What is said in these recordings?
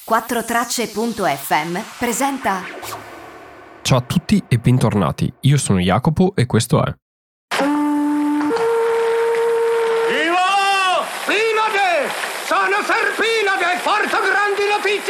4Tracce.fm presenta. Ciao a tutti e bentornati, io sono Jacopo e questo è Pinade! Sono Serpinade! Porto grandi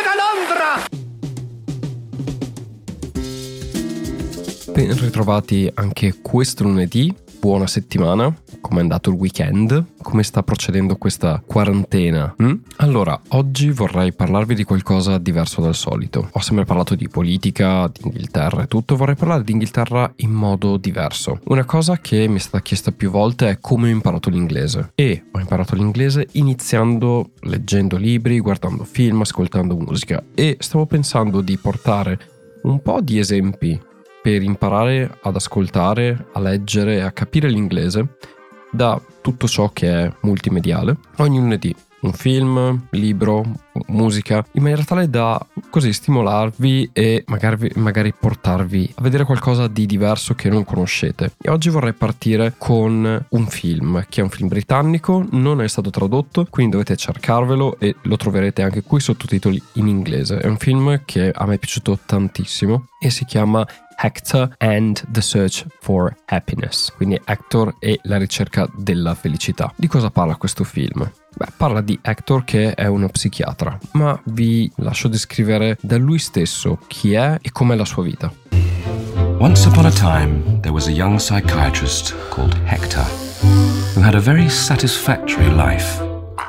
notizie da Londra! Ben ritrovati anche questo lunedì, buona settimana, come è andato il weekend, come sta procedendo questa quarantena? Allora, oggi vorrei parlarvi di qualcosa diverso dal solito. Ho sempre parlato di politica, di Inghilterra e tutto, vorrei parlare di Inghilterra in modo diverso. Una cosa che mi è stata chiesta più volte è come ho imparato l'inglese. E ho imparato l'inglese iniziando leggendo libri, guardando film, ascoltando musica, e stavo pensando di portare un po' di esempi per imparare ad ascoltare, a leggere e a capire l'inglese da tutto ciò che è multimediale. Ogni lunedì un film, libro, musica, in maniera tale da così stimolarvi e magari portarvi a vedere qualcosa di diverso che non conoscete. E oggi vorrei partire con un film, che è un film britannico, non è stato tradotto, quindi dovete cercarvelo e lo troverete anche qui sottotitoli in inglese. È un film che a me è piaciuto tantissimo e si chiama Hector and the Search for Happiness, quindi Hector e la ricerca della felicità. Di cosa parla questo film? Parla di Hector che è uno psichiatra, ma vi lascio descrivere da lui stesso chi è e com'è la sua vita. Once upon a time, there was a young psychiatrist called Hector, who had a very satisfactory life.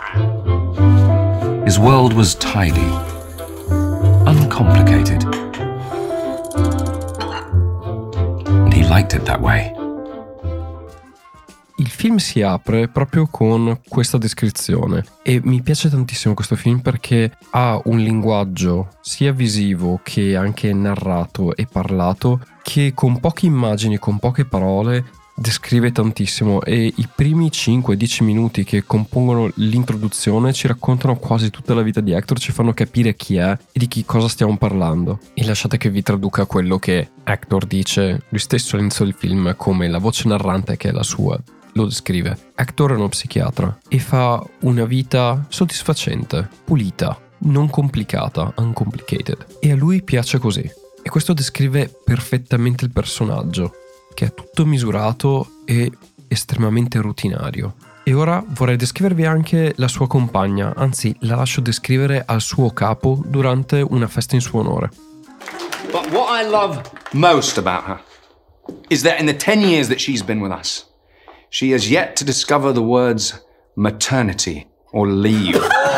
His world was tidy, uncomplicated, and he liked it that way. Il film si apre proprio con questa descrizione e mi piace tantissimo questo film perché ha un linguaggio sia visivo che anche narrato e parlato che con poche immagini, con poche parole descrive tantissimo, e i primi 5-10 minuti che compongono l'introduzione ci raccontano quasi tutta la vita di Hector, ci fanno capire chi è e di che cosa stiamo parlando. E lasciate che vi traduca quello che Hector dice lui stesso all'inizio del film, come la voce narrante che è la sua lo descrive. Hector è uno psichiatra e fa una vita soddisfacente, pulita, non complicata, uncomplicated. E a lui piace così. E questo descrive perfettamente il personaggio, che è tutto misurato e estremamente rutinario. E ora vorrei descrivervi anche la sua compagna, anzi la lascio descrivere al suo capo durante una festa in suo onore. But what I love most about her is that in the 10 years that she's been with us, she has yet to discover the words maternity or leave.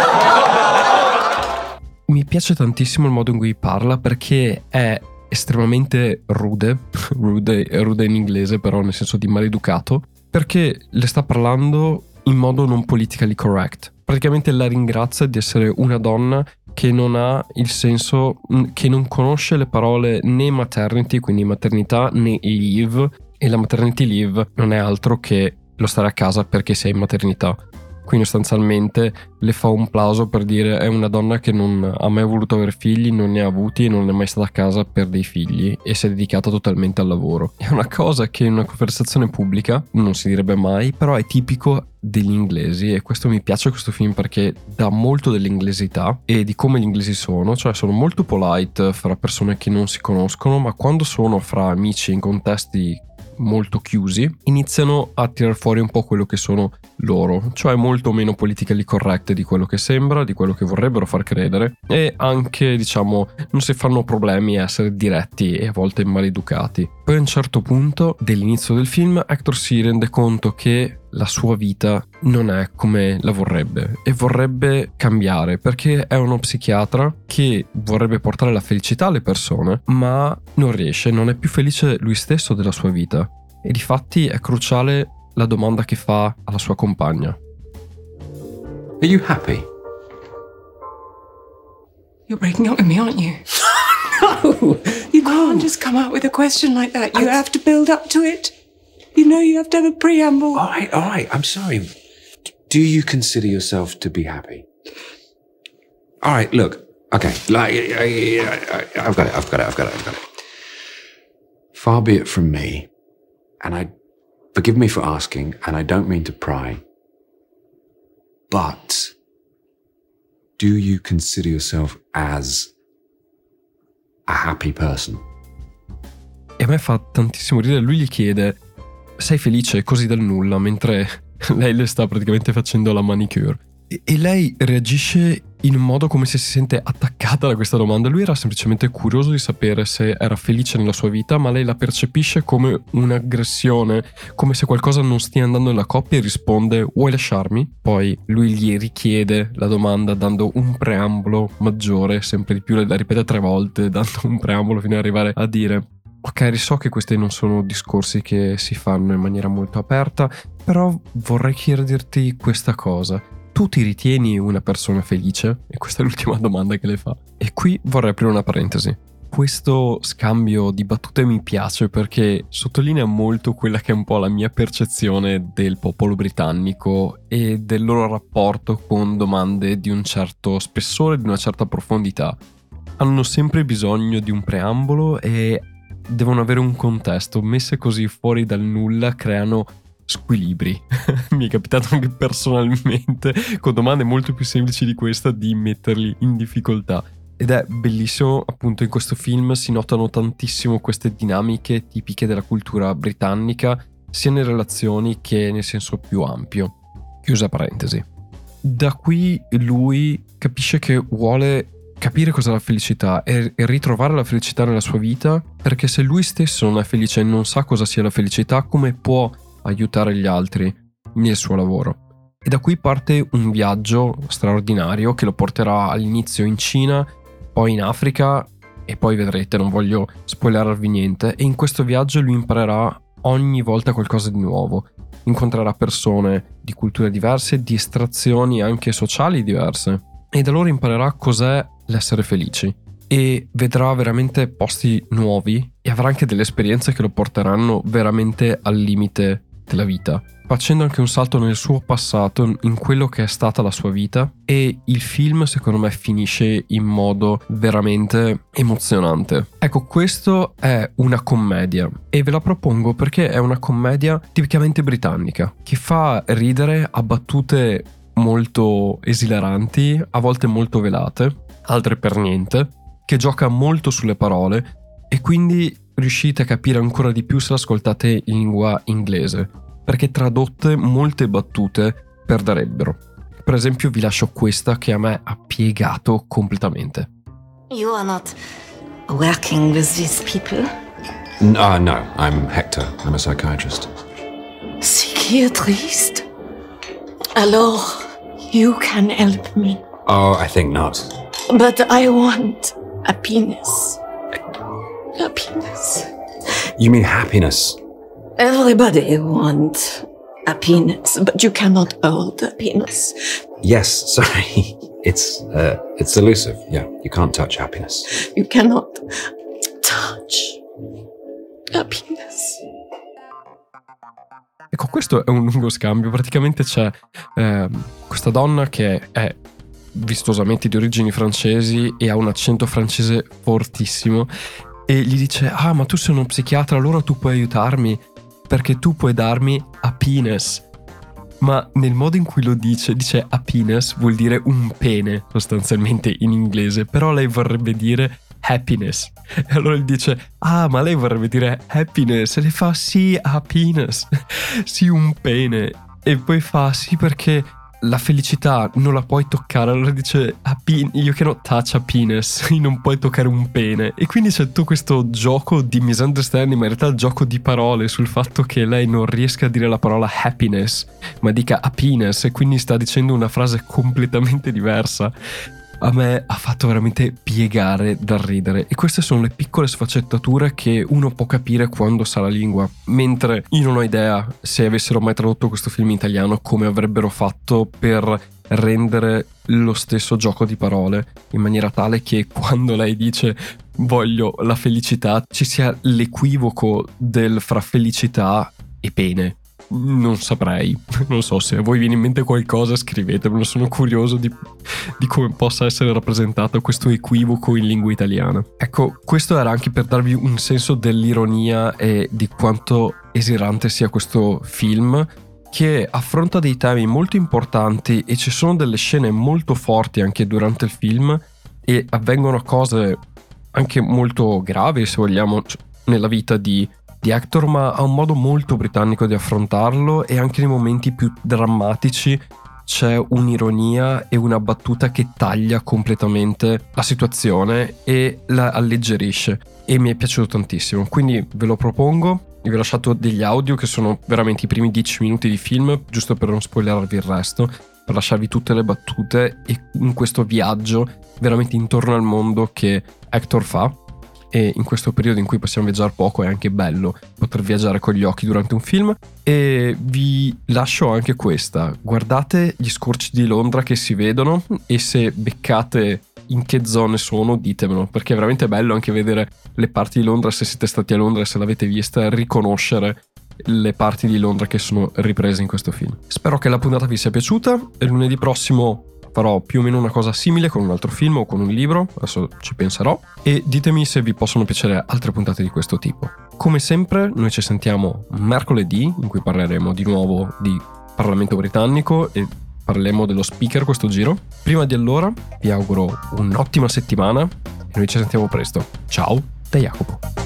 Mi piace tantissimo il modo in cui parla perché è estremamente rude in inglese, però nel senso di maleducato, perché le sta parlando in modo non politically correct. Praticamente la ringrazia di essere una donna che non ha il senso, che non conosce le parole né maternity, quindi maternità, né leave, e la maternity leave non è altro che lo stare a casa perché sei in maternità. Quindi sostanzialmente le fa un plauso per dire è una donna che non ha mai voluto avere figli, non ne ha avuti e non è mai stata a casa per dei figli e si è dedicata totalmente al lavoro. È una cosa che in una conversazione pubblica non si direbbe mai, però è tipico degli inglesi, e questo mi piace questo film perché dà molto dell'inglesità e di come gli inglesi sono, cioè sono molto polite fra persone che non si conoscono, ma quando sono fra amici in contesti molto chiusi iniziano a tirar fuori un po' quello che sono loro, cioè molto meno politically correct di quello che sembra, di quello che vorrebbero far credere, e anche diciamo non si fanno problemi a essere diretti e a volte maleducati. Poi a un certo punto dell'inizio del film Hector si rende conto che la sua vita non è come la vorrebbe e vorrebbe cambiare, perché è uno psichiatra che vorrebbe portare la felicità alle persone, ma non riesce, non è più felice lui stesso della sua vita. E difatti è cruciale la domanda che fa alla sua compagna. Are you happy? You're breaking up with me, aren't you? No! You can't just come out with a question like that. You have to build up to it. You know you have to have a preamble. All right, I'm sorry. Do you consider yourself to be happy? All right, look. Okay, I've got it. Far be it from me, and forgive me for asking, and I don't mean to pry, but do you consider yourself as a happy person? E a me fa tantissimo ridere. Lui gli chiede: sei felice così dal nulla, mentre lei le sta praticamente facendo la manicure. E lei reagisce in un modo come se si sente attaccata da questa domanda. Lui era semplicemente curioso di sapere se era felice nella sua vita, ma lei la percepisce come un'aggressione, come se qualcosa non stia andando nella coppia, e risponde: vuoi lasciarmi? Poi lui gli richiede la domanda dando un preambolo maggiore, sempre di più, la ripete 3 volte, dando un preambolo fino ad arrivare a dire: ok, so che questi non sono discorsi che si fanno in maniera molto aperta, però vorrei chiederti questa cosa. Tu ti ritieni una persona felice? E questa è l'ultima domanda che le fa. E qui vorrei aprire una parentesi. Questo scambio di battute mi piace perché sottolinea molto quella che è un po' la mia percezione del popolo britannico e del loro rapporto con domande di un certo spessore, di una certa profondità. Hanno sempre bisogno di un preambolo e devono avere un contesto. Messe così fuori dal nulla creano squilibri. Mi è capitato anche personalmente, con domande molto più semplici di questa, di metterli in difficoltà. Ed è bellissimo, appunto, in questo film si notano tantissimo queste dinamiche tipiche della cultura britannica, sia nelle relazioni che nel senso più ampio. Chiusa parentesi. Da qui lui capisce che vuole capire cos'è la felicità e ritrovare la felicità nella sua vita, perché se lui stesso non è felice e non sa cosa sia la felicità, come può aiutare gli altri nel suo lavoro? E da qui parte un viaggio straordinario che lo porterà all'inizio in Cina, poi in Africa e poi vedrete, non voglio spoilerarvi niente. E in questo viaggio lui imparerà ogni volta qualcosa di nuovo, incontrerà persone di culture diverse, di estrazioni anche sociali diverse, e da loro imparerà cos'è l'essere felici e vedrà veramente posti nuovi e avrà anche delle esperienze che lo porteranno veramente al limite della vita, facendo anche un salto nel suo passato, in quello che è stata la sua vita. E il film secondo me finisce in modo veramente emozionante. Ecco, questo è una commedia e ve la propongo perché è una commedia tipicamente britannica che fa ridere a battute molto esilaranti, a volte molto velate, altre per niente, che gioca molto sulle parole, e quindi riuscite a capire ancora di più se l'ascoltate in lingua inglese, perché tradotte molte battute perderebbero. Per esempio vi lascio questa che a me ha piegato completamente. You are not working with these people? No, I'm Hector. I'm a psychiatrist. Psychiatrist? Alors, you can help me. Oh, I think not. But I want a penis. A penis. You mean happiness? Everybody wants a penis, but you cannot hold a penis. Yes, sorry. It's elusive. Yeah, you can't touch happiness. You cannot touch a penis. Ecco, questo è un lungo scambio. Praticamente c'è questa donna che è vistosamente di origini francesi e ha un accento francese fortissimo, e gli dice: ah, ma tu sei uno psichiatra, allora tu puoi aiutarmi perché tu puoi darmi a penis. Ma nel modo in cui lo dice a penis vuol dire un pene sostanzialmente in inglese, però lei vorrebbe dire happiness. E allora gli dice: ah, ma lei vorrebbe dire happiness, e lei fa: sì, a penis, sì, un pene. E poi fa: sì, perché la felicità non la puoi toccare. Allora dice: you cannot touch a penis, non puoi toccare un pene. E quindi c'è tutto questo gioco di misunderstanding, ma in realtà gioco di parole sul fatto che lei non riesca a dire la parola happiness, ma dica a penis, e quindi sta dicendo una frase completamente diversa. A me ha fatto veramente piegare dal ridere, e queste sono le piccole sfaccettature che uno può capire quando sa la lingua, mentre io non ho idea se avessero mai tradotto questo film in italiano come avrebbero fatto per rendere lo stesso gioco di parole in maniera tale che quando lei dice voglio la felicità ci sia l'equivoco del fra felicità e pene. Non saprei, non so, se a voi viene in mente qualcosa scrivetemelo, sono curioso di come possa essere rappresentato questo equivoco in lingua italiana. Ecco, questo era anche per darvi un senso dell'ironia e di quanto esilarante sia questo film, che affronta dei temi molto importanti e ci sono delle scene molto forti anche durante il film e avvengono cose anche molto gravi, se vogliamo, nella vita di Hector, ma ha un modo molto britannico di affrontarlo, e anche nei momenti più drammatici c'è un'ironia e una battuta che taglia completamente la situazione e la alleggerisce, e mi è piaciuto tantissimo, quindi ve lo propongo. Vi ho lasciato degli audio che sono veramente i primi 10 minuti di film, giusto per non spoilerarvi il resto, per lasciarvi tutte le battute e in questo viaggio veramente intorno al mondo che Hector fa. E in questo periodo in cui possiamo viaggiare poco è anche bello poter viaggiare con gli occhi durante un film. E vi lascio anche questa: guardate gli scorci di Londra che si vedono, e se beccate in che zone sono ditemelo, perché è veramente bello anche vedere le parti di Londra, se siete stati a Londra e se l'avete vista, riconoscere le parti di Londra che sono riprese in questo film. Spero che la puntata vi sia piaciuta, e lunedì prossimo farò più o meno una cosa simile con un altro film o con un libro, adesso ci penserò, e ditemi se vi possono piacere altre puntate di questo tipo. Come sempre noi ci sentiamo mercoledì, in cui parleremo di nuovo di Parlamento britannico e parleremo dello speaker questo giro. Prima di allora vi auguro un'ottima settimana e noi ci sentiamo presto. Ciao da Jacopo.